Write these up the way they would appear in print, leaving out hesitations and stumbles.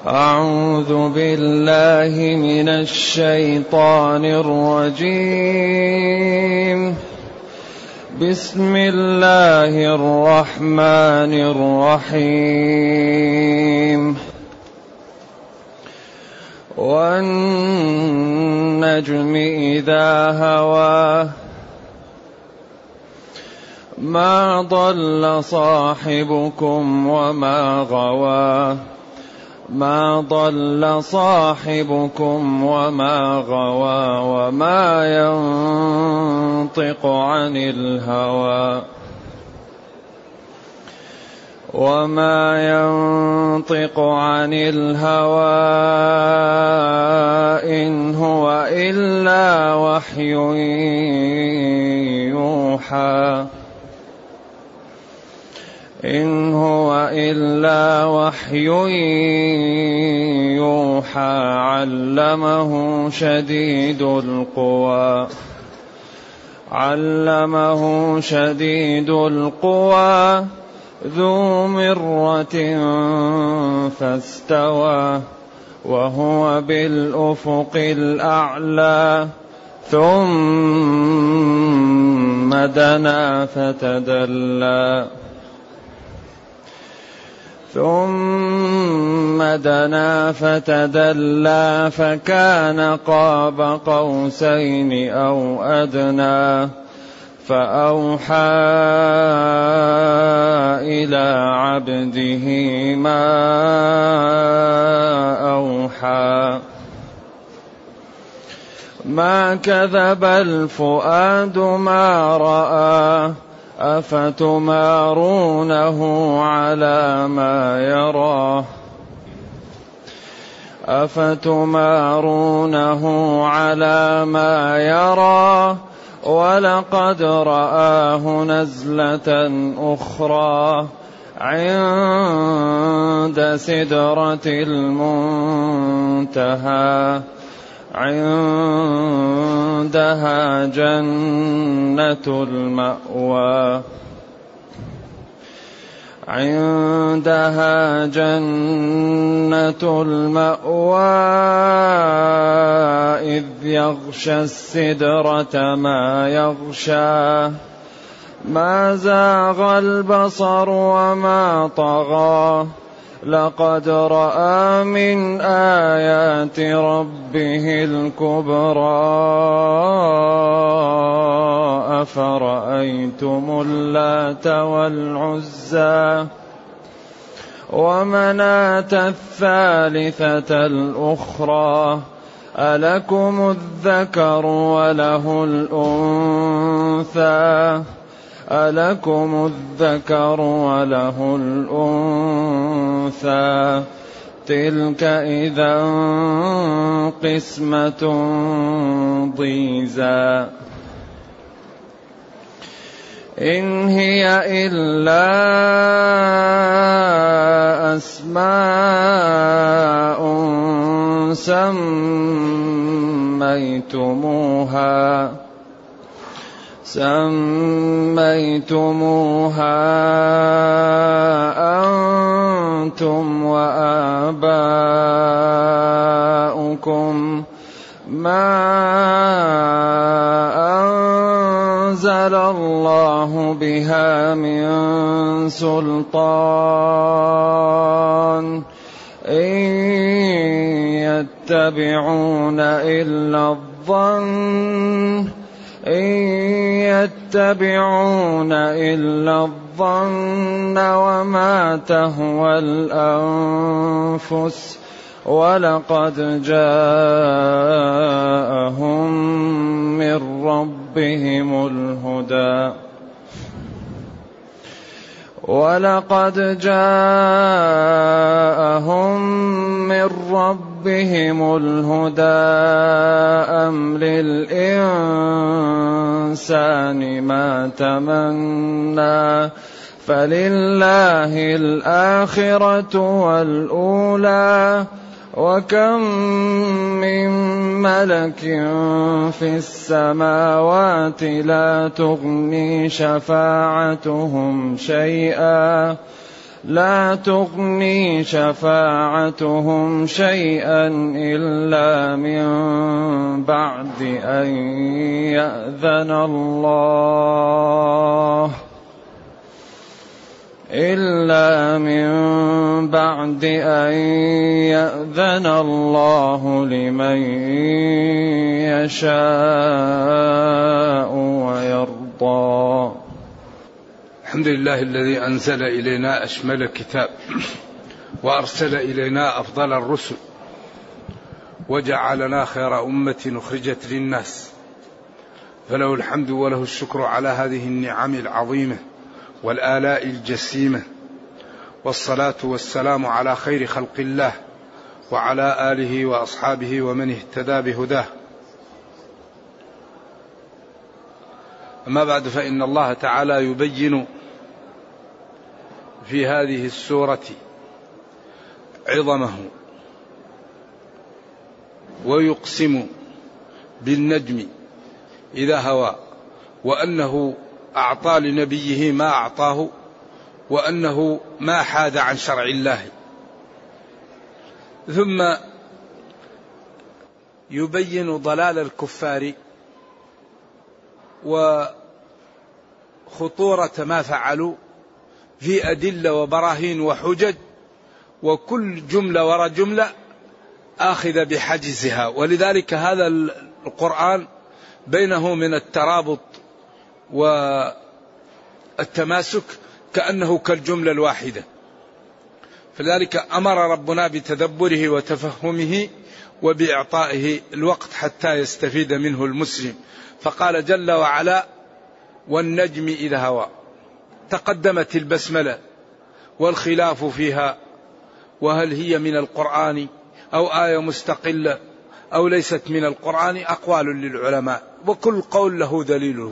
أعوذ بالله من الشيطان الرجيم. بسم الله الرحمن الرحيم. والنجم إذا هوى ما ضل صاحبكم وما غوى ما ضل صاحبكم وما غوى وما ينطق عن الهوى إن هو إلا وحي يوحى إن هو إلا وحي يوحى علمه شديد القوى ذو مرة فاستوى وهو بالأفق الأعلى ثم دنا فتدلى فكان قاب قوسين أو أدنى فأوحى إلى عبده ما أوحى ما كذب الفؤاد ما رأى أفتمارونه على ما يرى ولقد رآه نزلة أخرى عند سدرة المنتهى عندها جنة المأوى إذ يغشى السدرة ما يغشى ما زاغ البصر وما طغى لقد رأى من آيات ربه الكبرى أفرأيتم اللات والعزى ومناة الثالثة الأخرى ألكم الذكر وله الأنثى تلك إذا قسمة ضيزى إن هي إلا أسماء سميتموها أنتم وآباؤكم ما أنزل الله بها من سلطان إن يتبعون إلا الظن وما تهوى الأنفس ولقد جاءهم من ربهم الهدى أم للإنسان ما تمنى فلله الآخرة والأولى وكم من ملك في السماوات لا تغني شفاعتهم شيئا لا تغني شفاعتهم شيئا إلا من بعد أن يأذن الله لمن يشاء ويرضى. الحمد لله الذي أنزل إلينا أشمل الكتاب وأرسل إلينا أفضل الرسل وجعلنا خير أمة أخرجت للناس، فله الحمد وله الشكر على هذه النعم العظيمة والآلاء الجسيمة، والصلاة والسلام على خير خلق الله وعلى آله وأصحابه ومن اهتدى بهداه. أما بعد، فإن الله تعالى يبين في هذه السورة عظمه، ويقسم بالنجم إذا هوى، وأنه أعطى لنبيه ما أعطاه، وأنه ما حاد عن شرع الله. ثم يبين ضلال الكفار وخطورة ما فعلوا في أدلة وبراهين وحجج، وكل جملة وراء جملة آخذ بحجزها. ولذلك هذا القرآن بينه من الترابط والتماسك كأنه كالجملة الواحدة. فلذلك أمر ربنا بتدبره وتفهمه وبإعطائه الوقت حتى يستفيد منه المسلم، فقال جل وعلا: والنجم إذا هوى. تقدمت البسملة والخلاف فيها، وهل هي من القرآن أو آية مستقلة أو ليست من القرآن، أقوال للعلماء، وكل قول له دليله.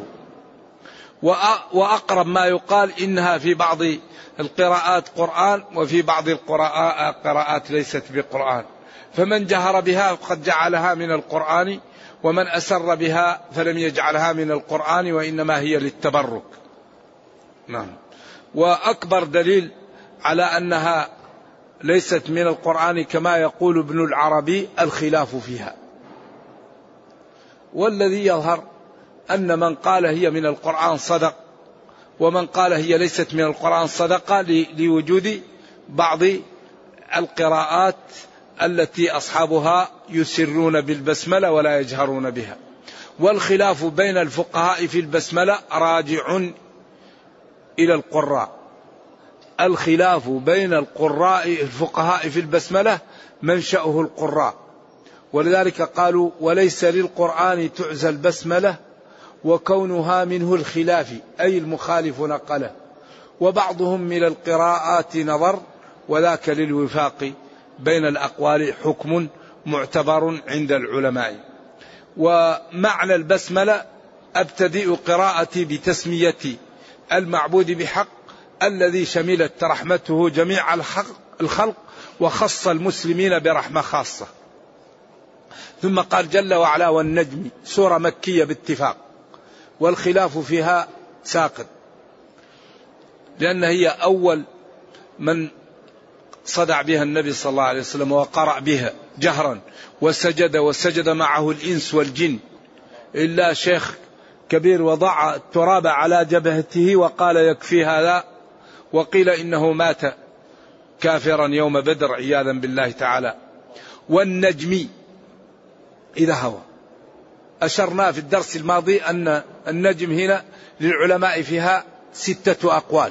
وأقرب ما يقال إنها في بعض القراءات قرآن، وفي بعض القراءات ليست بقرآن، فمن جهر بها قد جعلها من القرآن، ومن أسر بها فلم يجعلها من القرآن، وإنما هي للتبرك. نعم. وأكبر دليل على أنها ليست من القرآن كما يقول ابن العربي الخلاف فيها. والذي يظهر أن من قال هي من القرآن صدق، ومن قال هي ليست من القرآن صدق، لوجود بعض القراءات التي أصحابها يسرون بالبسملة ولا يجهرون بها. والخلاف بين الفقهاء في البسملة راجع إلى القراء. الخلاف بين الفقهاء في البسملة منشأه القراء، ولذلك قالوا: وليس للقرآن تعزى البسملة وكونها منه الخلاف، أي المخالف نقله. وبعضهم من القراءات نظر، وذاك للوفاق بين الأقوال حكم معتبر عند العلماء. ومعنى البسملة: أبتدئ قراءتي بتسمية المعبود بحق الذي شملت رحمته جميع الخلق، وخص المسلمين برحمة خاصة. ثم قال جل وعلا: والنجم، سورة مكية باتفاق، والخلاف فيها ساقط، لأن هي أول من صدع بها النبي صلى الله عليه وسلم وقرأ بها جهرا، وسجد معه الإنس والجن، إلا شيخ كبير وضع التراب على جبهته وقال: يكفي هذا. وقيل إنه مات كافرا يوم بدر عياذا بالله تعالى. والنجم إذا هوى، أشرنا في الدرس الماضي أن النجم هنا للعلماء فيها 6 أقوال.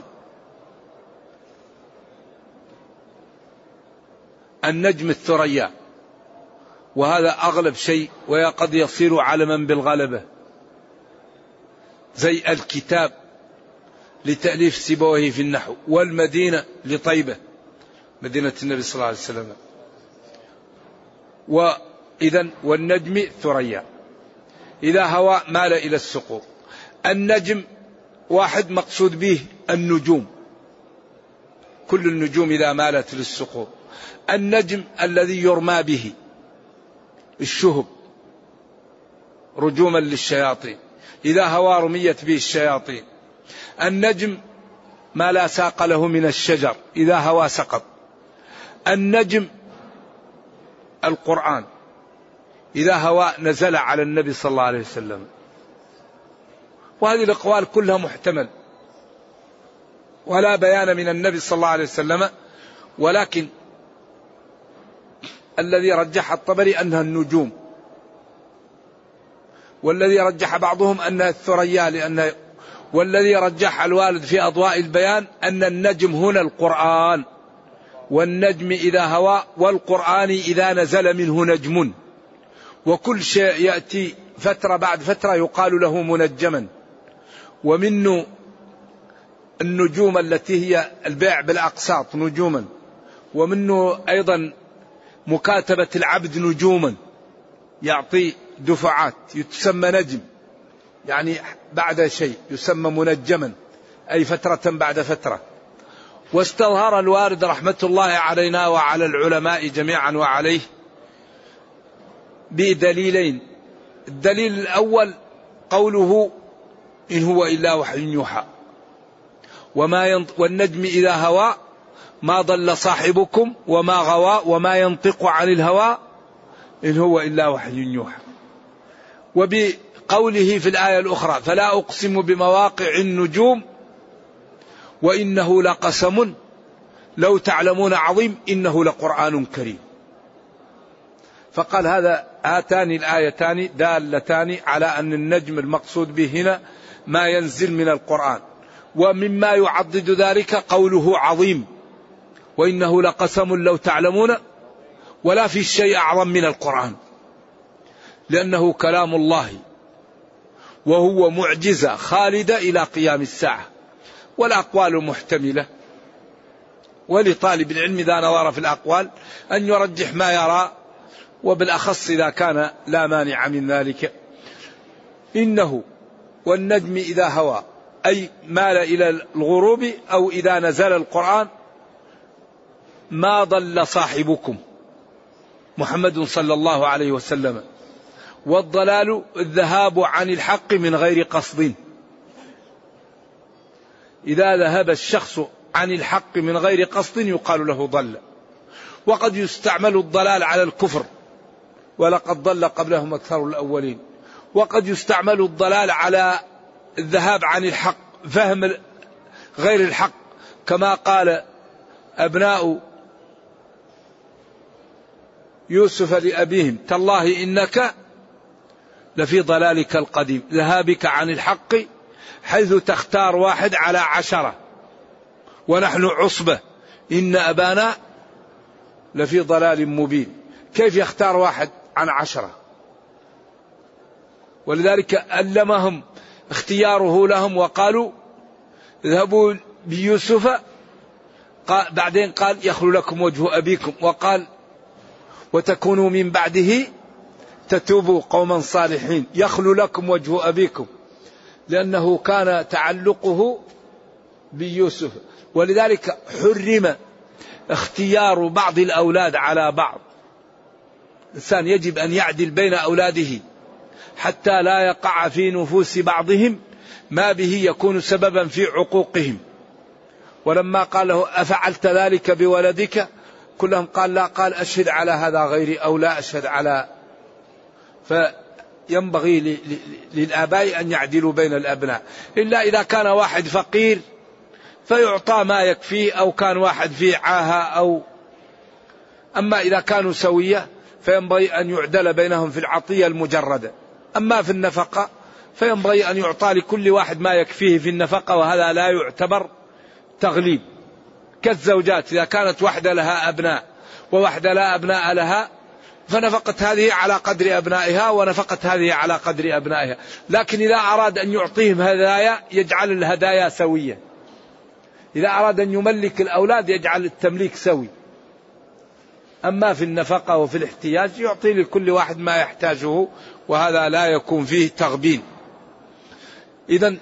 النجم الثريا، وهذا أغلب شيء، وقد يصير علما بالغلبة، زي الكتاب لتأليف سيبويه في النحو، والمدينة لطيبة مدينة النبي صلى الله عليه وسلم. وإذن والنجم ثريا إذا هوى مال إلى السقوط. النجم واحد مقصود به النجوم، كل النجوم إذا مالت للسقوط. النجم الذي يرمى به الشهب رجوما للشياطين، إذا هوى رميت به الشياطين. النجم ما لا ساق له من الشجر إذا هوى سقط. النجم القرآن إذا هوى نزل على النبي صلى الله عليه وسلم. وهذه الأقوال كلها محتمل ولا بيان من النبي صلى الله عليه وسلم، ولكن الذي رجح الطبري أنها النجوم، والذي رجح بعضهم أنها الثريا، والذي رجح الوالد في أضواء البيان أن النجم هنا القرآن، والنجم إذا هوى والقرآن إذا نزل منه نجم، وكل شيء يأتي فترة بعد فترة يقال له منجما. ومنه النجوم التي هي البيع بالأقساط نجوما، ومنه أيضا مكاتبة العبد نجوما يعطي دفعات يتسمى نجم، يعني بعد شيء يسمى منجما أي فترة بعد فترة. واستظهر الوارد رحمة الله علينا وعلى العلماء جميعا وعليه بدليلين. الدليل الأول قوله إن هو إلا وحي يوحى، والنجم إذا هوى ما ضل صاحبكم وما غوى وما ينطق عن الهوى إن هو إلا وحي يوحى. وبقوله في الآية الأخرى فلا أقسم بمواقع النجوم وإنه لقسم لو تعلمون عظيم إنه لقرآن كريم. فقال هاتان الآيتان دالتان على أن النجم المقصود به هنا ما ينزل من القرآن. ومما يعضد ذلك قوله عظيم وإنه لقسم لو تعلمون، ولا في شيء أعظم من القرآن، لأنه كلام الله وهو معجزة خالدة إلى قيام الساعة، والأقوال محتملة. ولطالب العلم إذا نظر في الأقوال أن يرجح ما يرى، وبالأخص إذا كان لا مانع من ذلك. إنه والنجم إذا هوى أي مال إلى الغروب أو إذا نزل القرآن ما ضل صاحبكم محمد صلى الله عليه وسلم. والضلال الذهاب عن الحق من غير قصد. إذا ذهب الشخص عن الحق من غير قصد يقال له ضل. وقد يستعمل الضلال على الكفر ولقد ضل قبلهم أكثر الأولين، وقد يستعمل الضلال على الذهاب عن الحق، فهم غير الحق، كما قال أبناء يوسف لأبيهم تالله إنك لفي ضلالك القديم، ذهابك عن الحق حيث تختار واحد على 10 ونحن عصبة إن أبانا لفي ضلال مبين. كيف يختار واحد عن 10؟ ولذلك ألمهم اختياره لهم وقالوا اذهبوا بيوسف، بعدين قال يخلو لكم وجه أبيكم، وقال وتكونوا من بعده تتوبوا قوما صالحين يخلو لكم وجه أبيكم، لأنه كان تعلقه بيوسف. ولذلك حرم اختيار بعض الأولاد على بعض. الإنسان يجب أن يعدل بين أولاده حتى لا يقع في نفوس بعضهم ما به يكون سببا في عقوقهم. ولما قال له أفعلت ذلك بولدك كلهم قال لا، قال أشهد على هذا غيري أو لا أشهد على. فينبغي للآباء أن يعدلوا بين الأبناء، إلا إذا كان واحد فقير فيعطى ما يكفيه، أو كان واحد فيه عاهة، أما إذا كانوا سوية فينبغي أن يعدل بينهم في العطية المجردة. أما في النفقة فينبغي أن يعطى لكل واحد ما يكفيه في النفقة، وهذا لا يعتبر تغليب. كالزوجات إذا كانت واحدة لها أبناء وواحدة لا أبناء لها، فنفقت هذه على قدر أبنائها ونفقت هذه على قدر أبنائها. لكن إذا أراد أن يعطيهم هدايا يجعل الهدايا سوية، إذا أراد أن يملك الأولاد يجعل التمليك سوي. أما في النفقة وفي الاحتياج يعطي لكل واحد ما يحتاجه، وهذا لا يكون فيه تغبين. إذن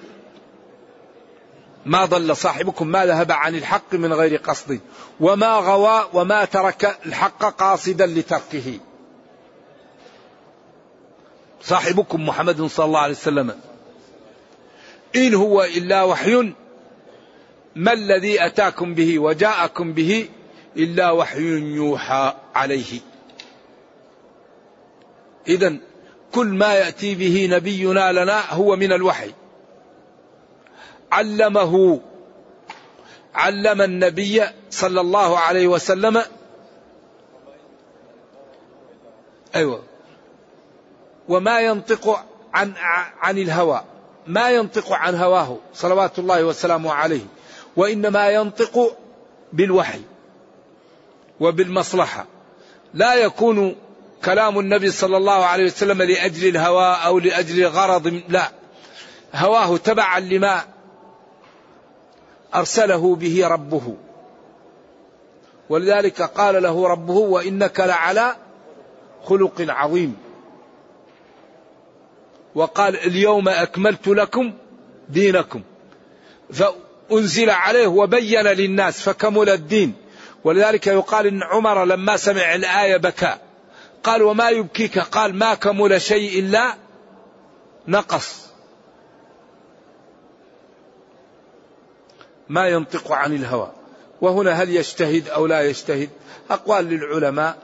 ما ضل صاحبكم ما ذهب عن الحق من غير قصد وما غوى وما ترك الحق قاصدا لتركه. صاحبكم محمد صلى الله عليه وسلم إن هو إلا وحي ما الذي أتاكم به وجاءكم به إلا وحي يوحى عليه. إذن كل ما يأتي به نبينا لنا هو من الوحي. علم النبي صلى الله عليه وسلم وما ينطق عن الهوى، ما ينطق عن هواه صلوات الله وسلامه عليه، وإنما ينطق بالوحي وبالمصلحة. لا يكون كلام النبي صلى الله عليه وسلم لأجل الهوى أو لأجل غرض، لا، هواه تبعا لما أرسله به ربه. ولذلك قال له ربه: وإنك لعلى خلق عظيم. وقال: اليوم أكملت لكم دينكم. فأنزل عليه وبين للناس فكمل الدين. ولذلك يقال إن عمر لما سمع الآية بكى، قال: وما يبكيك؟ قال: ما كمل شيء إلا نقص. ما ينطق عن الهوى. وهنا هل يجتهد أو لا يجتهد؟ أقوال للعلماء،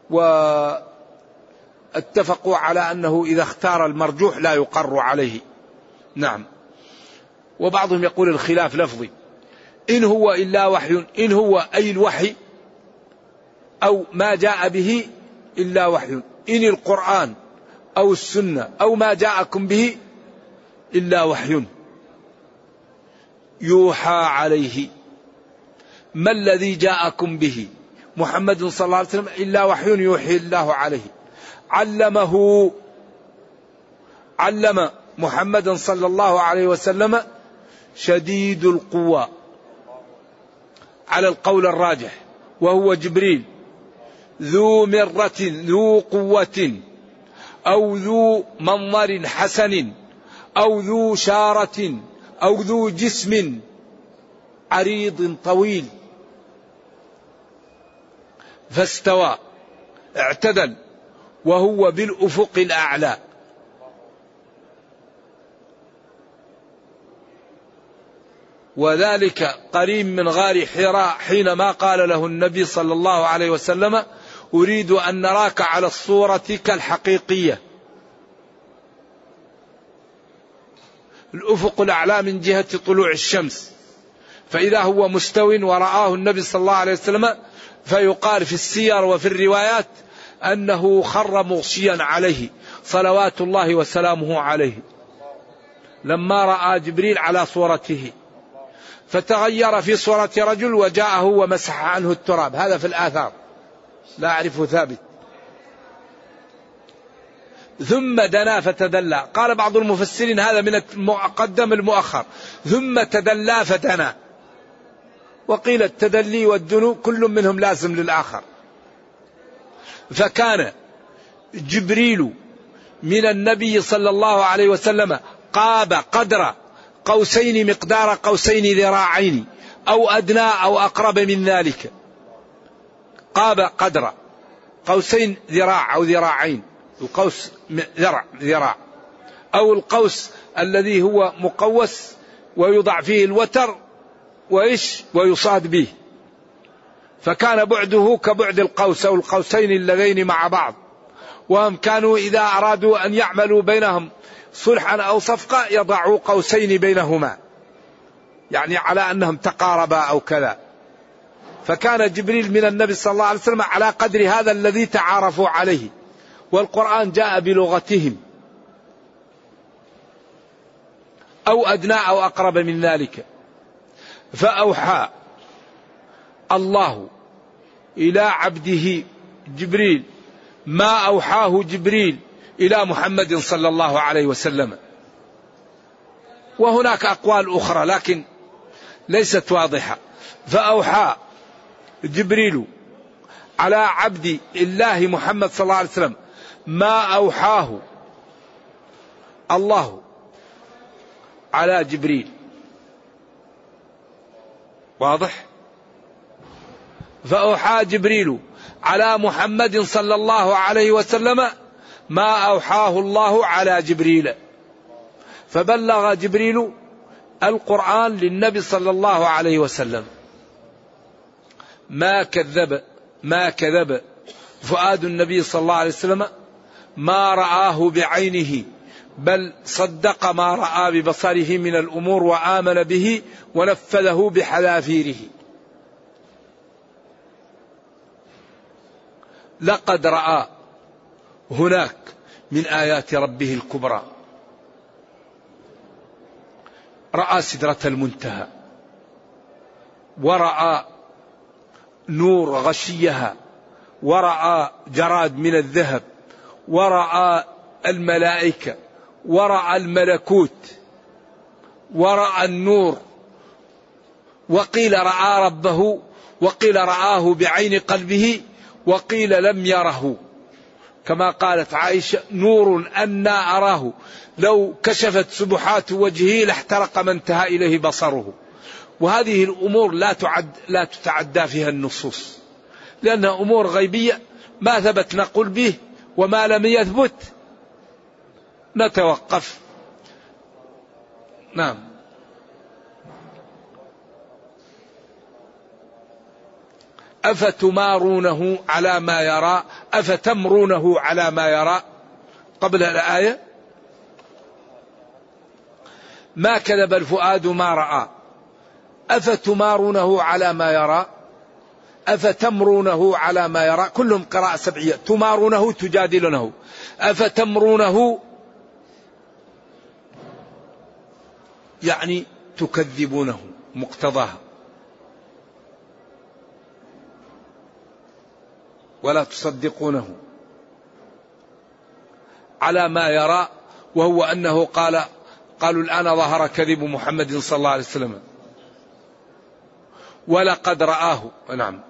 واتفقوا على أنه إذا اختار المرجوح لا يقر عليه. نعم. وبعضهم يقول الخلاف لفظي، إن هو إلا وحي، إن هو أي الوحي أو ما جاء به إلا وحي، إن القرآن أو السنة أو ما جاءكم به إلا وحي يوحى عليه. ما الذي جاءكم به محمد صلى الله عليه وسلم إلا وحي يوحي الله عليه. علم محمد صلى الله عليه وسلم شديد القوى على القول الراجح، وهو جبريل، ذو مرة ذو قوة أو ذو منظر حسن أو ذو شارة أو ذو جسم عريض طويل، فاستوى اعتدل وهو بالأفق الأعلى. وذلك قريب من غار حراء حينما قال له النبي صلى الله عليه وسلم: أريد أن نراك على الصورة كالحقيقية. الأفق الأعلى من جهة طلوع الشمس، فإذا هو مستو ورآه النبي صلى الله عليه وسلم، فيقال في السير وفي الروايات أنه خر مغشيا عليه صلوات الله وسلامه عليه لما رأى جبريل على صورته، فتغير في صورة رجل وجاءه ومسح عنه التراب. هذا في الآثار، لا أعرف ثابت. ثم دنا فتدلى. قال بعض المفسرين هذا من المقدم المؤخر، ثم تدلى فتنا. وقيل التدلي والدنو كل منهم لازم للآخر. فكان جبريل من النبي صلى الله عليه وسلم قاب قدر قوسين مقدار قوسين ذراعين أو أدنى أو أقرب من ذلك. قاب قدر قوسين ذراع أو ذراعين، القوس ذراع، أو القوس الذي هو مقوس ويوضع فيه الوتر ويصاد به، فكان بعده كبعد القوس أو القوسين اللذين مع بعض. وهم كانوا إذا أرادوا أن يعملوا بينهم صلحا أو صفقة يضعوا قوسين بينهما، يعني على أنهم تقاربا أو كذا. فكان جبريل من النبي صلى الله عليه وسلم على قدر هذا الذي تعارفوا عليه، والقرآن جاء بلغتهم، أو أدنى أو أقرب من ذلك. فأوحى الله إلى عبده جبريل ما أوحاه جبريل إلى محمد صلى الله عليه وسلم. وهناك أقوال أخرى لكن ليست واضحة. فأوحى جبريل على عبد الله محمد صلى الله عليه وسلم ما أوحاه الله على جبريل. واضح؟ فأوحى جبريل على محمد صلى الله عليه وسلم ما أوحاه الله على جبريل، فبلغ جبريل القرآن للنبي صلى الله عليه وسلم. ما كذب فؤاد النبي صلى الله عليه وسلم ما رآه بعينه، بل صدق ما رأى ببصره من الأمور وآمن به ونفذه بحذافيره. لقد رأى هناك من آيات ربه الكبرى، رأى سدرة المنتهى، ورأى نور غشيها، ورأى جراد من الذهب، ورأى الملائكة، ورأى الملكوت، ورأى النور، وقيل رأى ربه، وقيل رآه بعين قلبه، وقيل لم يره، كما قالت عائشة: نور أنا أراه لو كشفت سبحات وجهه لاحترق ما انتهى إليه بصره. وهذه الأمور لا تتعدى فيها النصوص، لأنها أمور غيبية، ما ثبت نقول به، وما لم يثبت نتوقف. نعم. أفتمارونه على ما يرى أفتمرونه على ما يرى. قبل الآية: ما كذب الفؤاد ما رأى أفتمارونه على ما يرى أفتمرونه على ما يرى. كلهم قراءة سبعية. تمارونه تجادلونه، أفتمرونه يعني تكذبونه مقتضاها ولا تصدقونه على ما يرى، وهو أنه قالوا الآن ظهر كذب محمد صلى الله عليه وسلم. ولقد رآه. نعم.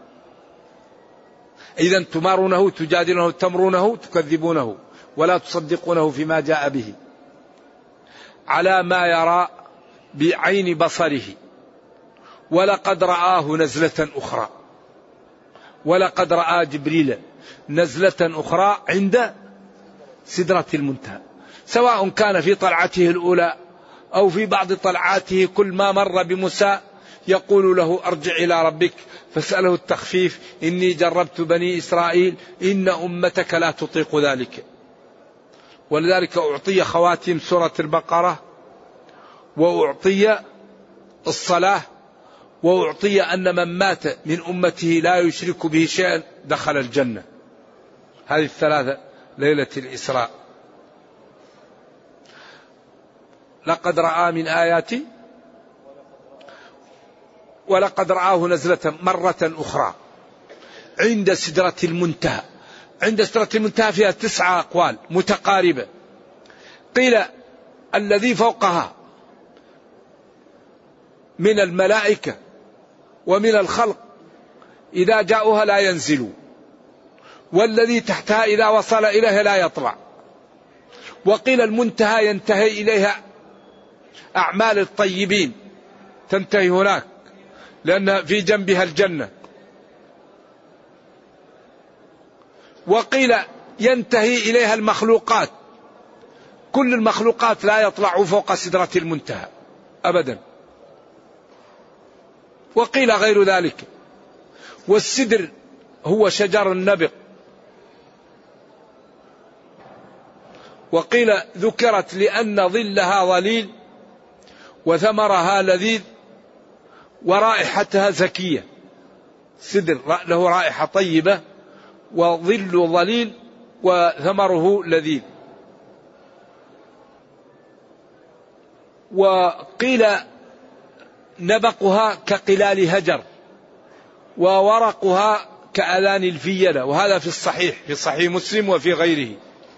إذن تمارونه تجادلونه، تمرونه تكذبونه ولا تصدقونه فيما جاء به على ما يرى بعين بصره. ولقد رآه نزلة أخرى، ولقد رأى جبريل نزلة أخرى عند سدرة المنتهى، سواء كان في طلعته الأولى أو في بعض طلعاته. كل ما مر بموسى يقول له: أرجع إلى ربك فاسأله التخفيف، إني جربت بني إسرائيل إن أمتك لا تطيق ذلك. ولذلك أعطي خواتيم سورة البقرة، وأعطي الصلاة، وأعطي أن من مات من أمته لا يشرك به شيئا دخل الجنة. هذه الثلاثة ليلة الإسراء. لقد رأى من آياتي ولقد رآه نزلة مرة أخرى عند سدرة المنتهى. عند سدرة المنتهى فيها 9 أقوال متقاربة. قيل الذي فوقها من الملائكة ومن الخلق إذا جاءوها لا ينزلوا، والذي تحتها إذا وصل إليها لا يطلع. وقيل المنتهى ينتهي إليها أعمال الطيبين، تنتهي هناك لأن في جنبها الجنة. وقيل ينتهي إليها المخلوقات، كل المخلوقات لا يطلع فوق سدرة المنتهى أبدا. وقيل غير ذلك. والسدر هو شجر النبق. وقيل ذكرت لأن ظلها ظليل وثمرها لذيذ ورائحتها زكية. سدر له رائحة طيبة، وظل ظليل، وثمره لذيذ. وقيل نبقها كقلال هجر، وورقها كأذان الفيلة، وهذا في الصحيح، في صحيح مسلم وفي غيره.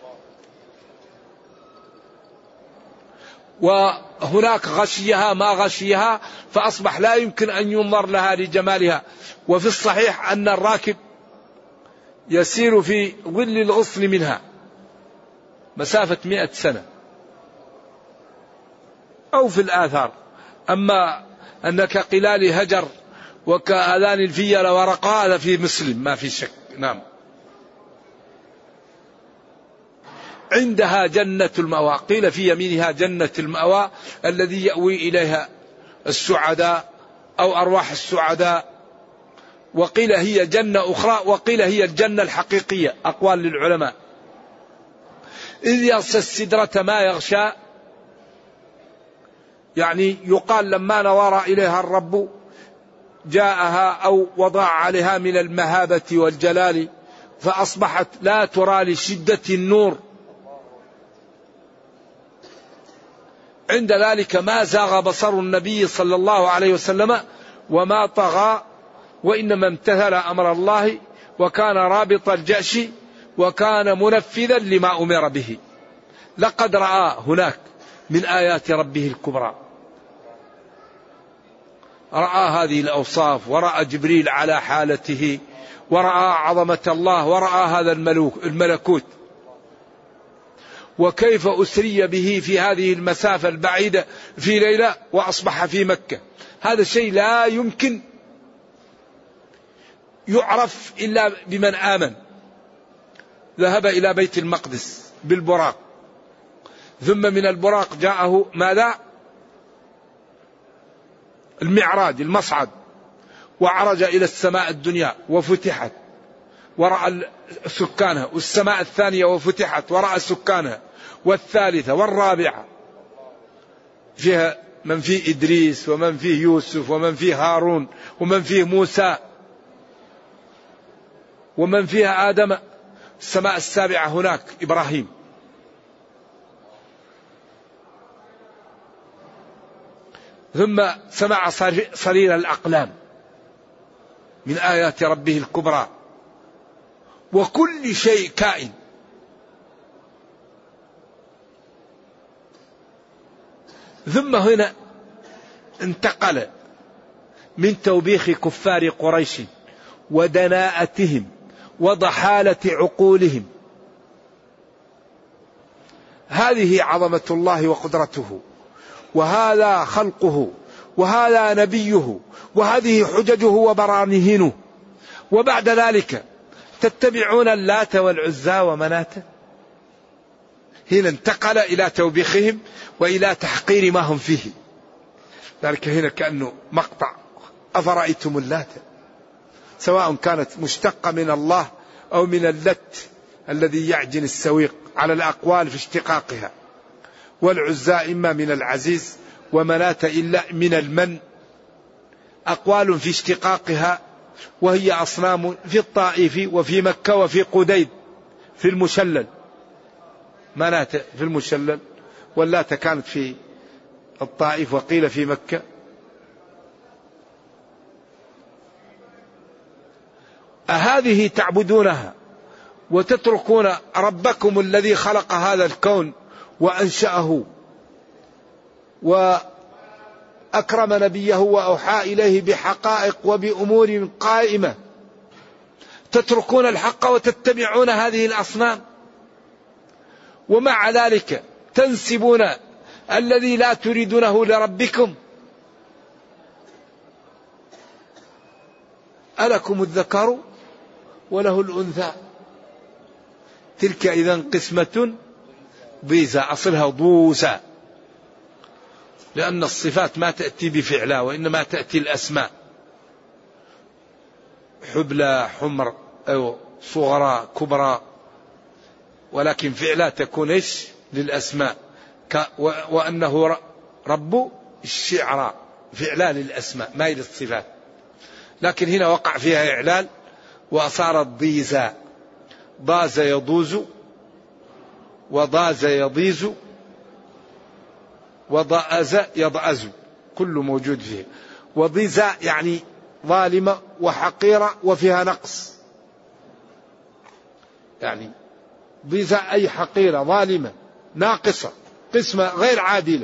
وهناك غشيها ما غشيها، فأصبح لا يمكن أن ينظر لها لجمالها. وفي الصحيح أن الراكب يسير في ظل الغصن منها مسافة 100 سنة، أو في الآثار. أما أنك قلال هجر وكأذان الفيلة ورقها، هذا في مسلم ما في شك. نعم. عندها جنة المأوى، قيل في يمينها جنة المأوى الذي يأوي إليها السعداء أو أرواح السعداء، وقيل هي جنة أخرى، وقيل هي الجنة الحقيقية، أقوال للعلماء. إذ يغشى السدرة ما يغشى، يعني يقال لما نظر إليها الرب جاءها أو وضع عليها من المهابة والجلال، فأصبحت لا ترى لشدة النور. عند ذلك ما زاغ بصر النبي صلى الله عليه وسلم وما طغى، وإنما امتثل أمر الله وكان رابط الجأش وكان منفذا لما أمر به. لقد رأى هناك من آيات ربه الكبرى، رأى هذه الأوصاف، ورأى جبريل على حالته، ورأى عظمة الله، ورأى هذا الملكوت، وكيف أسري به في هذه المسافة البعيدة في ليلة وأصبح في مكة. هذا الشيء لا يمكن يعرف إلا بمن آمن. ذهب إلى بيت المقدس بالبراق، ثم من البراق جاءه ماذا؟ المعراج، المصعد، وعرج إلى السماء الدنيا وفتحت ورأى سكانها، والسماء الثانية وفتحت ورأى سكانها، والثالثة والرابعة فيها من فيه إدريس ومن فيه يوسف ومن فيه هارون ومن فيه موسى ومن فيها آدم. السماء السابعة هناك إبراهيم. ثم سمع صرير الأقلام من آيات ربه الكبرى، وكل شيء كائن. ثم هنا انتقل من توبيخ كفار قريش ودناءتهم وضحالة عقولهم. هذه عظمة الله وقدرته، وهذا خلقه، وهذا نبيه، وهذه حججه وبراهينه، وبعد ذلك تتبعون اللات والعزى ومناة. هنا انتقل إلى توبيخهم وإلى تحقير ما هم فيه. ذلك هنا كأنه مقطع: أفرأيتم اللات، سواء كانت مشتقة من الله أو من اللت الذي يعجن السويق على الأقوال في اشتقاقها، والعزى إما من العزيز، ومناة إلا من المن، أقوال في اشتقاقها، وهي أصنام في الطائف وفي مكة وفي قديد في المشلل. مناة في المشلل، واللات كانت في الطائف وقيل في مكة. أهذه تعبدونها وتتركون ربكم الذي خلق هذا الكون وأنشأه وأكرم نبيه وأوحى إليه بحقائق وبأمور قائمة، تتركون الحق وتتبعون هذه الأصنام، ومع ذلك تنسبون الذي لا تريدونه لربكم. ألكم الذكر وله الأنثى، تلك إذا قسمة ضيزى، أصلها ضوسى، لأن الصفات ما تأتي بفعلها وإنما تأتي الأسماء، حبلى، حمر، أو صغرى، كبرى، ولكن فعلها تكون إيش؟ للأسماء. وأنه رب الشعراء، فعلها للأسماء ما للصفات. لكن هنا وقع فيها إعلال وصارت ضيزى. ضاز يضوز، وضاز يضيز، وضأز يضأز، كل موجود فيه. وضيزى يعني ظالمة وحقيرة وفيها نقص، يعني ضيزى أي حقيرة ظالمة ناقصة، قسمة غير عادلة.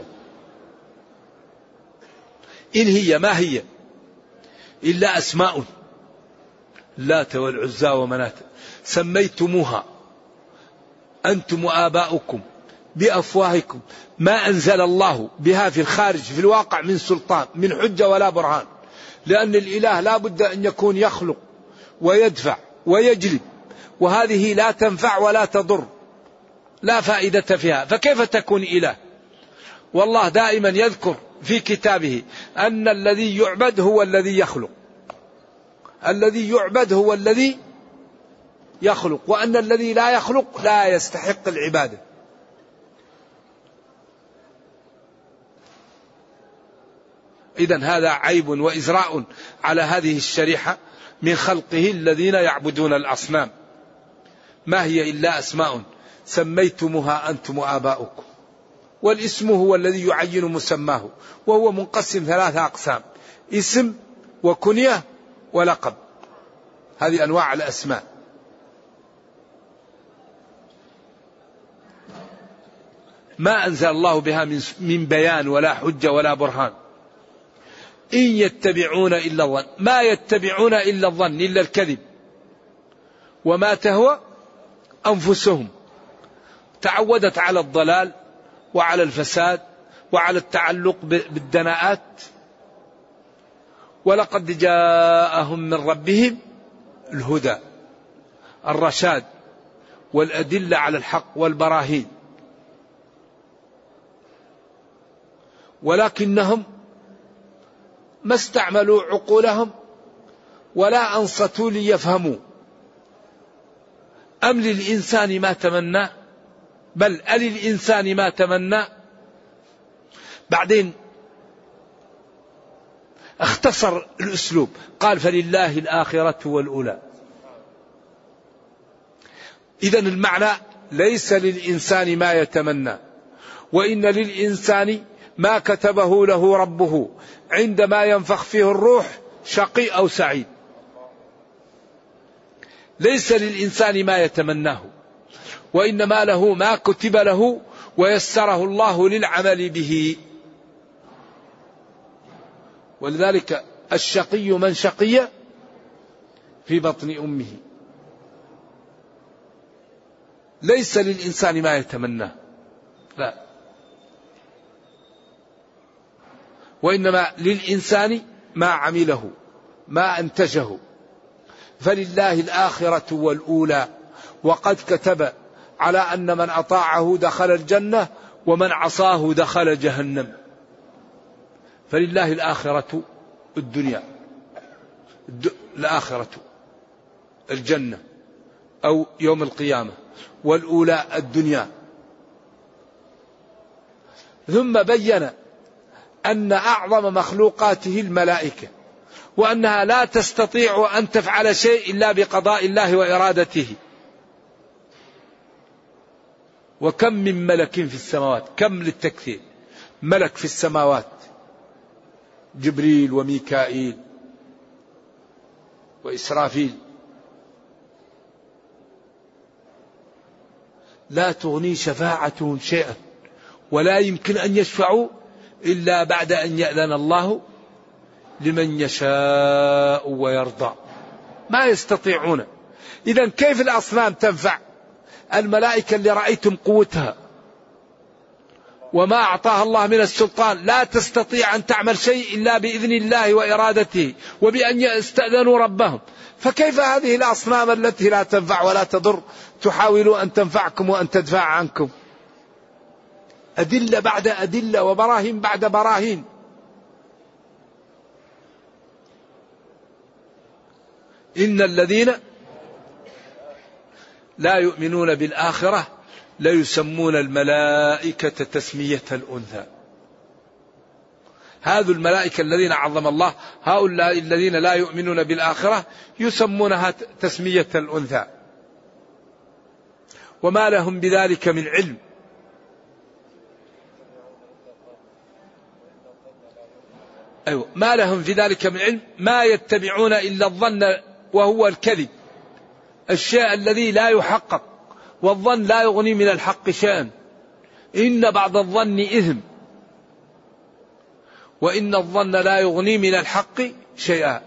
إن هي ما هي إلا أسماء، اللات والعزى ومناة، سميتموها أنتم وآباؤكم بأفواهكم ما أنزل الله بها في الخارج في الواقع من سلطان، من حجة ولا برهان. لأن الإله لا بد أن يكون يخلق ويدفع ويجلب، وهذه لا تنفع ولا تضر، لا فائدة فيها، فكيف تكون إله؟ والله دائما يذكر في كتابه أن الذي يعبد هو الذي يخلق، الذي يعبد هو الذي يخلق، وأن الذي لا يخلق لا يستحق العبادة. إذن هذا عيب وإزراء على هذه الشريحة من خلقه الذين يعبدون الأصنام، ما هي إلا أسماء سميتموها أنتم وآباؤكم، والاسم هو الذي يعين مسماه، وهو منقسم 3 أقسام: اسم وكنية ولقب. هذه أنواع الأسماء. ما أنزل الله بها من بيان ولا حجة ولا برهان. إن يتبعون إلا الظن، ما يتبعون إلا الظن، إلا الكذب، وما تهوى أنفسهم. تعودت على الضلال وعلى الفساد وعلى التعلق بالدناءات. ولقد جاءهم من ربهم الهدى، الرشاد والأدلة على الحق والبراهين، ولكنهم ما استعملوا عقولهم ولا أنصتوا ليفهموا. أم للإنسان ما تمنى، بل أللإنسان ما تمنى. بعدين اختصر الأسلوب، قال فلله الآخرة والأولى. إذن المعنى ليس للإنسان ما يتمنى، وإن للإنسان ما كتبه له ربه عندما ينفخ فيه الروح، شقي أو سعيد. ليس للإنسان ما يتمناه، وإنما له ما كتب له ويسره الله للعمل به. ولذلك الشقي من شقي في بطن أمه. ليس للإنسان ما يتمناه، لا، وإنما للإنسان ما عمله، ما أنتجه. فلله الآخرة والأولى، وقد كتب على أن من أطاعه دخل الجنة ومن عصاه دخل جهنم. فلله الآخرة الدنيا، الآخرة الجنة أو يوم القيامة، والأولى الدنيا. ثم بين أن أعظم مخلوقاته الملائكة، وأنها لا تستطيع أن تفعل شيء إلا بقضاء الله وإرادته. وكم من ملك في السماوات، كم للتكثير، ملك في السماوات، جبريل وميكائيل وإسرافيل، لا تغني شفاعتهم شيئا، ولا يمكن أن يشفعوا إلا بعد أن يأذن الله لمن يشاء ويرضى. ما يستطيعون. إذن كيف الأصنام تنفع؟ الملائكة اللي رأيتم قوتها وما أعطاها الله من السلطان لا تستطيع أن تعمل شيء إلا بإذن الله وإرادته وبأن يستأذنوا ربهم. فكيف هذه الأصنام التي لا تنفع ولا تضر تحاول أن تنفعكم وأن تدفع عنكم؟ أدلة بعد أدلة وبراهين بعد براهين. إن الذين لا يؤمنون بالآخرة لا يسمون الملائكة تسمية الأنثى. هذو الملائكة الذين عظم الله، هؤلاء الذين لا يؤمنون بالآخرة يسمونها تسمية الأنثى، وما لهم بذلك من علم. أيوة، ما لهم في ذلك من علم، ما يتبعون إلا الظن وهو الكذب، الشيء الذي لا يحقق، والظن لا يغني من الحق شيئا. إن بعض الظن إثم، وإن الظن لا يغني من الحق شيئا.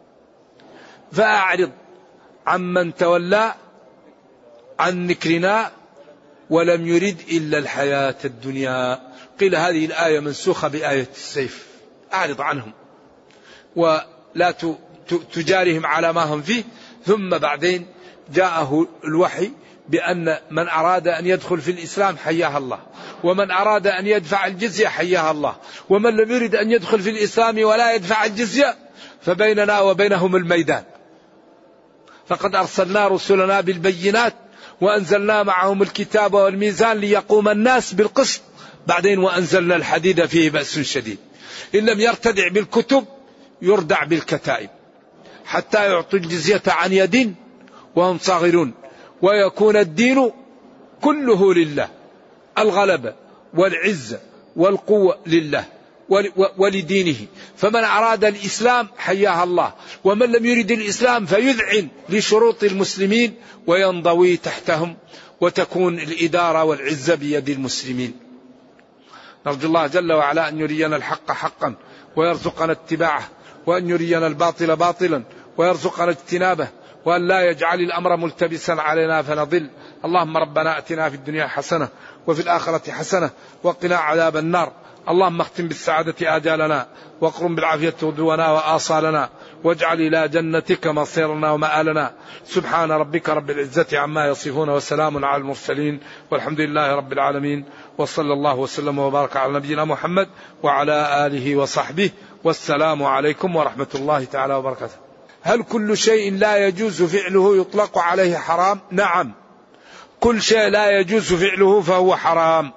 فأعرض عمن تولى عن ذكرنا ولم يرد إلا الحياة الدنيا. قيل هذه الآية منسوخة بآية السيف. أعرض عنهم ولا تجارهم على ما هم فيه. ثم بعدين جاءه الوحي بأن من أراد أن يدخل في الإسلام حياها الله، ومن أراد أن يدفع الجزية حياها الله، ومن لم يرد أن يدخل في الإسلام ولا يدفع الجزية فبيننا وبينهم الميدان. فقد أرسلنا رسلنا بالبينات وأنزلنا معهم الكتاب والميزان ليقوم الناس بالقسط، بعدين وأنزلنا الحديد فيه بأس شديد. إن لم يرتدع بالكتب يردع بالكتائب حتى يعطوا الجزية عن يد وهم صاغرون، ويكون الدين كله لله، الغلبة والعزة والقوة لله ولدينه. فمن أراد الإسلام حياها الله، ومن لم يرد الإسلام فيذعن لشروط المسلمين وينضوي تحتهم، وتكون الإدارة والعزة بيد المسلمين. نرجو الله جل وعلا أن يرينا الحق حقا ويرزقنا اتباعه، وأن يرينا الباطل باطلا ويرزقنا اجتنابه، وأن لا يجعل الأمر ملتبسا علينا فنضل. اللهم ربنا أتنا في الدنيا حسنة وفي الآخرة حسنة وقنا عذاب النار. اللهم اختم بالسعادة آجالنا، واقرم بالعافية غدونا وآصالنا، واجعل إلى جنتك مصيرنا ومآلنا. سبحان ربك رب العزة عما يصفون، وسلام على المرسلين، والحمد لله رب العالمين، وصلى الله وسلم وبارك على نبينا محمد وعلى آله وصحبه، والسلام عليكم ورحمة الله تعالى وبركاته. هل كل شيء لا يجوز فعله يطلق عليه حرام؟ نعم، كل شيء لا يجوز فعله فهو حرام.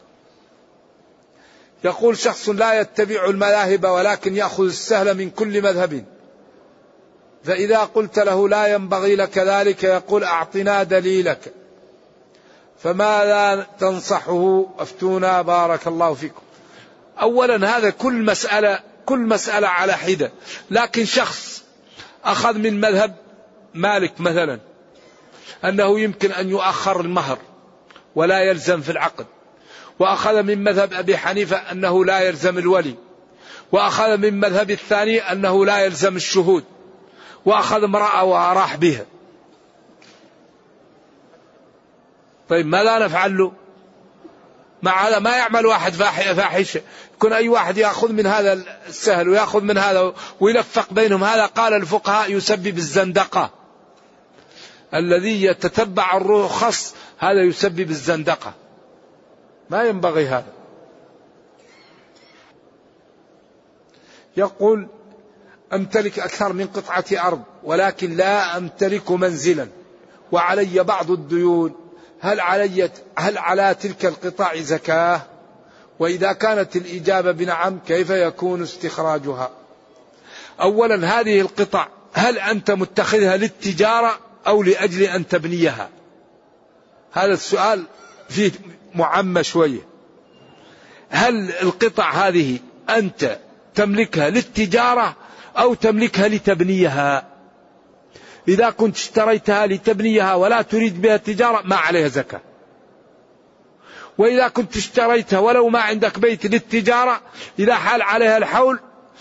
يقول شخص لا يتبع المذاهب ولكن يأخذ السهل من كل مذهب، فإذا قلت له لا ينبغي لك ذلك يقول أعطنا دليلك، فماذا تنصحه؟ أفتونا بارك الله فيكم. أولا هذا كل مسألة على حدة، لكن شخص أخذ من مذهب مالك مثلا أنه يمكن أن يؤخر المهر ولا يلزم في العقد، وأخذ من مذهب أبي حنيفة أنه لا يلزم الولي، وأخذ من مذهب الثاني أنه لا يلزم الشهود، وأخذ امرأة وراح بها. طيب ماذا نفعل له؟ مع هذا ما يعمل واحد فاحشة، يكون أي واحد يأخذ من هذا السهل ويأخذ من هذا ويلفق بينهم. هذا قال الفقهاء يسبب الزندقة، الذي يتتبع الرخص هذا يسبب الزندقة، ما ينبغي هذا. يقول أمتلك أكثر من قطعة أرض ولكن لا أمتلك منزلا وعلي بعض الديون، هل على تلك القطع زكاة؟ وإذا كانت الإجابة بنعم كيف يكون استخراجها؟ أولا هذه القطع هل أنت متخذها للتجارة أو لأجل أن تبنيها؟ هذا السؤال فيه معمى شوية. هل القطع هذه أنت تملكها للتجارة أو تملكها لتبنيها؟ إذا كنت اشتريتها لتبنيها ولا تريد بها التجارة ما عليها زكاة. وإذا كنت اشتريتها ولو ما عندك بيت للتجارة، إذا حال عليها الحول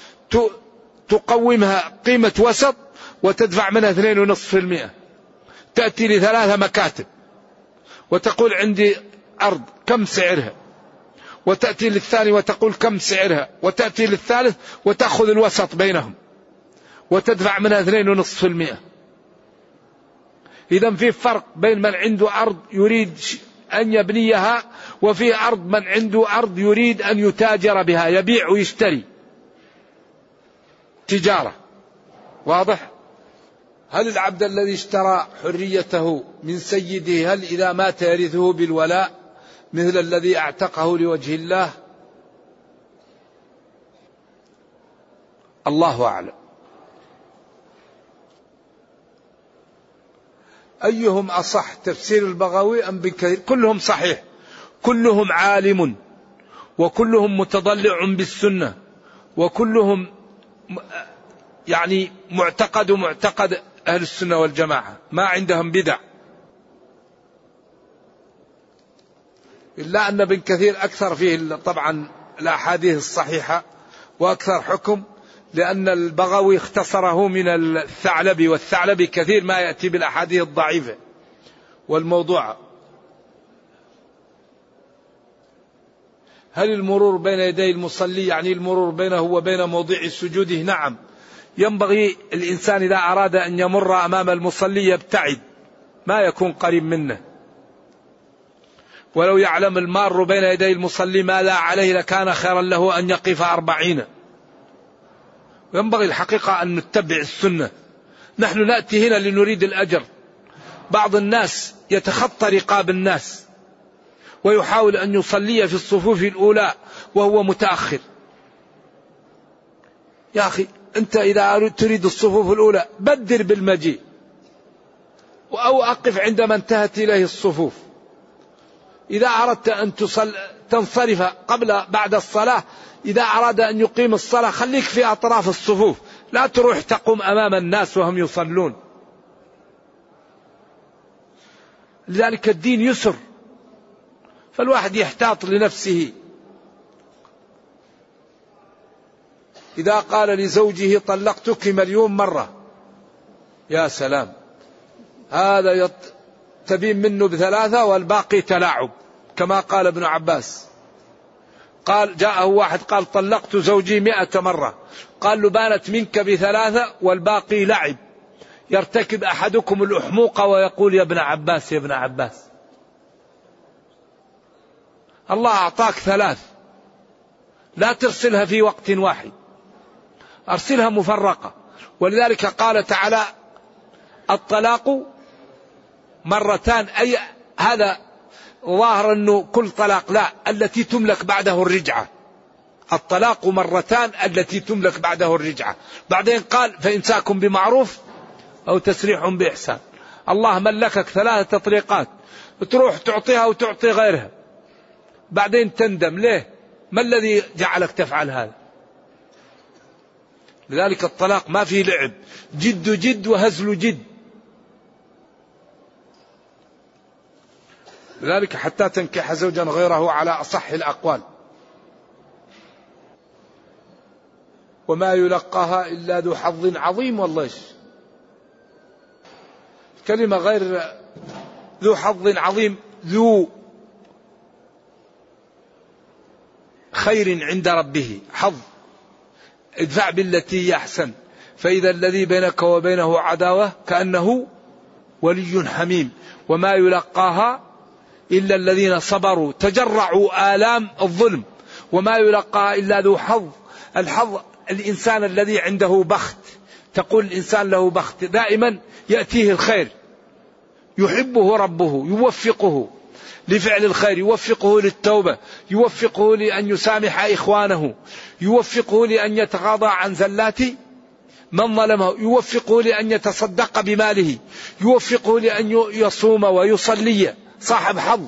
تقومها قيمة وسط وتدفع منها 2.5%. تأتي ل3 مكاتب وتقول عندي أرض كم سعرها، وتأتي للثاني وتقول كم سعرها، وتأتي للثالث وتأخذ الوسط بينهم وتدفع منها 2.5%. إذا في فرق بين من عنده أرض يريد أن يبنيها، وفي أرض من عنده أرض يريد أن يتاجر بها، يبيع ويشتري تجارة. واضح؟ هل العبد الذي اشترى حريته من سيده هل إذا مات يرثه بالولاء مثل الذي اعتقه لوجه الله؟ الله أعلم. أيهم أصح، تفسير البغوي أم بن كثير؟ كلهم صحيح، كلهم عالم، وكلهم متضلع بالسنة، وكلهم يعني معتقد أهل السنة والجماعة، ما عندهم بدع. إلا أن ابن كثير أكثر فيه طبعا الأحاديث الصحيحة وأكثر حكم، لأن البغوي اختصره من الثعلبي، والثعلبي كثير ما يأتي بالأحاديث الضعيفة والموضوعة. هل المرور بين يدي المصلي يعني المرور بينه وبين موضع سجوده؟ نعم، ينبغي الإنسان إذا أراد أن يمر أمام المصلي يبتعد، ما يكون قريب منه، ولو يعلم المار بين يدي المصلي ما لا عليه لكان خيرا له أن يقف 40. ينبغي الحقيقة أن نتبع السنة. نحن نأتي هنا لنريد الأجر. بعض الناس يتخطى رقاب الناس ويحاول أن يصلي في الصفوف الأولى وهو متأخر. يا أخي أنت إذا تريد الصفوف الأولى بدر بالمجيء، أو أقف عندما انتهت إليه الصفوف. إذا أردت أن تنصرف بعد الصلاة، إذا أراد أن يقيم الصلاة خليك في أطراف الصفوف، لا تروح تقوم أمام الناس وهم يصلون. لذلك الدين يسر، فالواحد يحتاط لنفسه. إذا قال لزوجه طلقتك 1,000,000 مرة، يا سلام، هذا تبين منه ب3 والباقي تلاعب، كما قال ابن عباس. قال جاءه واحد قال طلقت زوجي 100 مرة، قال له بانت منك ب3 والباقي لعب. يرتكب أحدكم الأحموق ويقول يا ابن عباس يا ابن عباس. الله أعطاك 3، لا ترسلها في وقت واحد، أرسلها مفرقة. ولذلك قال تعالى الطلاق مرتان، أي هذا ظاهر أنه كل طلاق، لا، التي تملك بعده الرجعة. الطلاق مرتان التي تملك بعده الرجعة. بعدين قال فإمساك بمعروف أو تسريح بإحسان. الله ملكك 3 تطليقات، تروح تعطيها وتعطي غيرها، بعدين تندم ليه؟ ما الذي جعلك تفعل هذا؟ لذلك الطلاق ما فيه لعب، جد جد وهزل جد. لذلك حتى تنكح زوجا غيره على أصح الأقوال. وما يلقاها إلا ذو حظ عظيم. والله كلمة غير ذو حظ عظيم، ذو خير عند ربه حظ. ادفع بالتي هي أحسن فإذا الذي بينك وبينه عداوة كأنه ولي حميم. وما يلقاها إلا الذين صبروا تجرعوا آلام الظلم. وما يلقاها إلا ذو حظ. الحظ الإنسان الذي عنده بخت، تقول الإنسان له بخت، دائما يأتيه الخير، يحبه ربه، يوفقه لفعل الخير، يوفقه للتوبة، يوفقه لأن يسامح إخوانه، يوفقه لأن يتغاضى عن زلات من ظلمه، يوفقه لأن يتصدق بماله، يوفقه لأن يصوم ويصلي. صاحب حظ،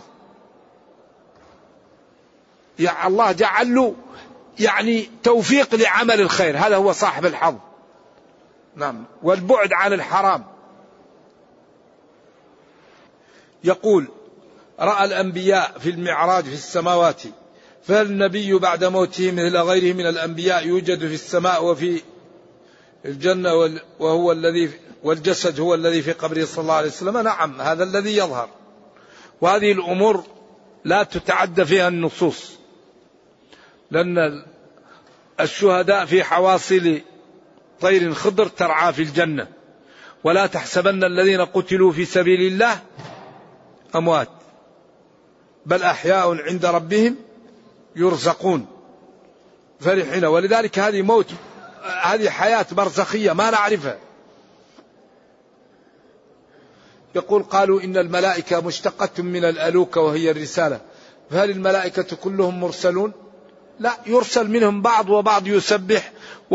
يا الله جعل له توفيق لعمل الخير، هذا هو صاحب الحظ. نعم، والبعد عن الحرام. يقول رأى الأنبياء في المعراج في السماوات، فهل النبي بعد موته مثل غيره من الأنبياء يوجد في السماء وفي الجنة وهو الذي والجسد هو الذي في قبره صلى الله عليه وسلم؟ نعم، هذا الذي يظهر. وهذه الأمور لا تتعدى فيها النصوص، لأن الشهداء في حواصل طير خضر ترعى في الجنة. ولا تحسبن الذين قتلوا في سبيل الله أموات بل أحياء عند ربهم يرزقون فرحين. ولذلك هذه موت، هذه حياة برزخية ما نعرفها. يقول قالوا إن الملائكة مشتقة من الألوكة وهي الرسالة، فهل الملائكة كلهم مرسلون؟ لا، يرسل منهم بعض وبعض يسبح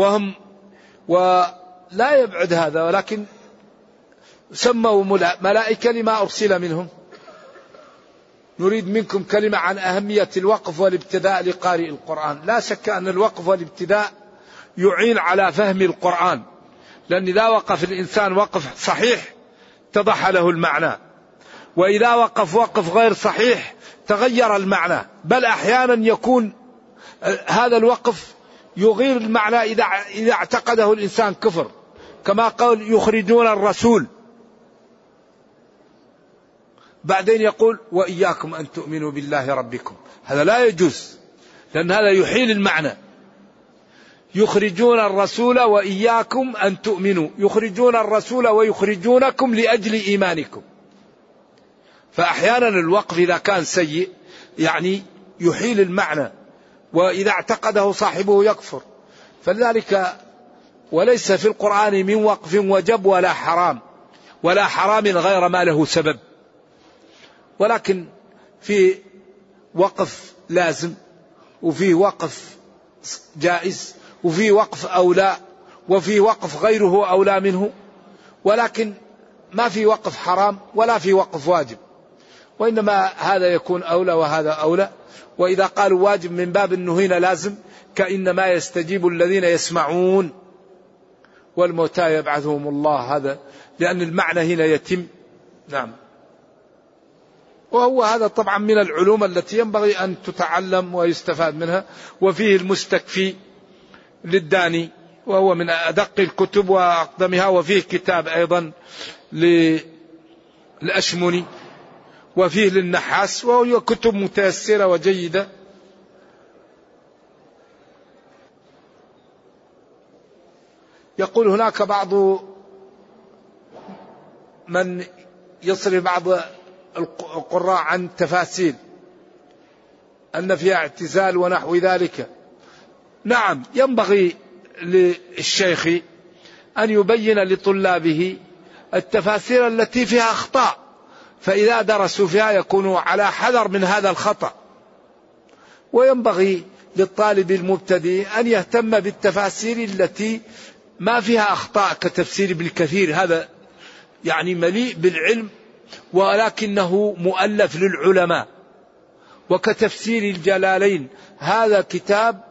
ولا يبعد هذا، ولكن سموا ملائكة لما أرسل منهم. نريد منكم كلمة عن أهمية الوقف والابتداء لقارئ القرآن. لا شك أن الوقف والابتداء يعين على فهم القرآن، لأن إذا وقف الإنسان وقف صحيح اتضح له المعنى، وإذا وقف وقف غير صحيح تغير المعنى، بل أحيانا يكون هذا الوقف يغير المعنى إذا اعتقده الإنسان كفر، كما قال يخرجون الرسول، بعدين يقول وإياكم أن تؤمنوا بالله ربكم. هذا لا يجوز، لأن هذا يحيل المعنى. يخرجون الرسول وإياكم أن تؤمنوا، يخرجون الرسول ويخرجونكم لأجل إيمانكم. فأحيانا الوقف إذا كان سيء يعني يحيل المعنى، وإذا اعتقده صاحبه يكفر. فلذلك وليس في القرآن من وقف وجب ولا حرام غير ما له سبب، ولكن في وقف لازم، وفي وقف جائز، وفي وقف أولى، وفي وقف غيره أولى منه، ولكن ما في وقف حرام ولا في وقف واجب، وإنما هذا يكون أولى وهذا أولى. وإذا قالوا واجب من باب أنه هنا لازم، كإنما يستجيب الذين يسمعون والموتى يبعثهم الله، هذا لأن المعنى هنا يتم. نعم. وهو هذا طبعا من العلوم التي ينبغي أن تتعلم ويستفاد منها. وفيه المستكفي للداني وهو من أدق الكتب وأقدمها، وفيه كتاب أيضا للأشموني، وفيه للنحاس، وهو كتب متيسرة وجيدة. يقول هناك بعض من يصرف بعض القراء عن تفاسير أن فيها اعتزال ونحو ذلك. نعم، ينبغي للشيخ أن يبين لطلابه التفاسير التي فيها أخطاء، فإذا درسوا فيها يكونوا على حذر من هذا الخطأ. وينبغي للطالب المبتدئ أن يهتم بالتفاسير التي ما فيها أخطاء، كتفسير ابن كثير، هذا يعني مليء بالعلم ولكنه مؤلف للعلماء. وكتفسير الجلالين، هذا كتاب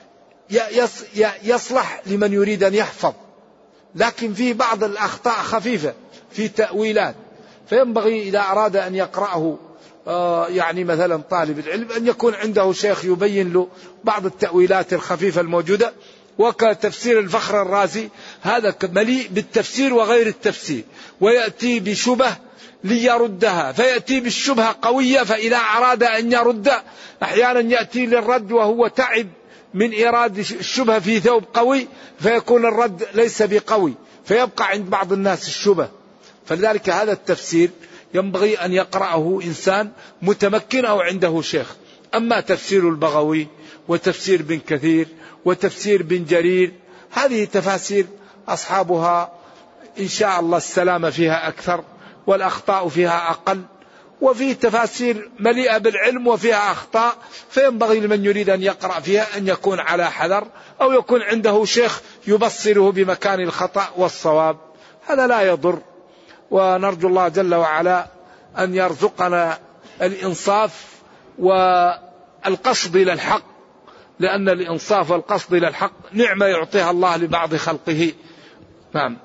يصلح لمن يريد أن يحفظ، لكن فيه بعض الأخطاء خفيفة في تأويلات، فينبغي إذا أراد أن يقرأه يعني مثلا طالب العلم أن يكون عنده شيخ يبين له بعض التأويلات الخفيفة الموجودة. وكتفسير الفخر الرازي، هذا مليء بالتفسير وغير التفسير، ويأتي بشبه ليردها، فيأتي بالشبهة قوية، فإذا أراد أن يرد أحيانا يأتي للرد وهو تعب من إيراد الشبهة في ثوب قوي، فيكون الرد ليس بقوي، فيبقى عند بعض الناس الشبهة. فلذلك هذا التفسير ينبغي أن يقرأه إنسان متمكن أو عنده شيخ. أما تفسير البغوي وتفسير بن كثير وتفسير بن جرير، هذه تفاسير أصحابها إن شاء الله السلامة فيها أكثر والأخطاء فيها أقل، وفي تفاسير مليئة بالعلم وفيها أخطاء، فينبغي لمن يريد أن يقرأ فيها أن يكون على حذر، أو يكون عنده شيخ يبصره بمكان الخطأ والصواب، هذا لا يضر. ونرجو الله جل وعلا أن يرزقنا الإنصاف والقصد إلى الحق، لأن الإنصاف والقصد إلى الحق نعمة يعطيها الله لبعض خلقه. نعم.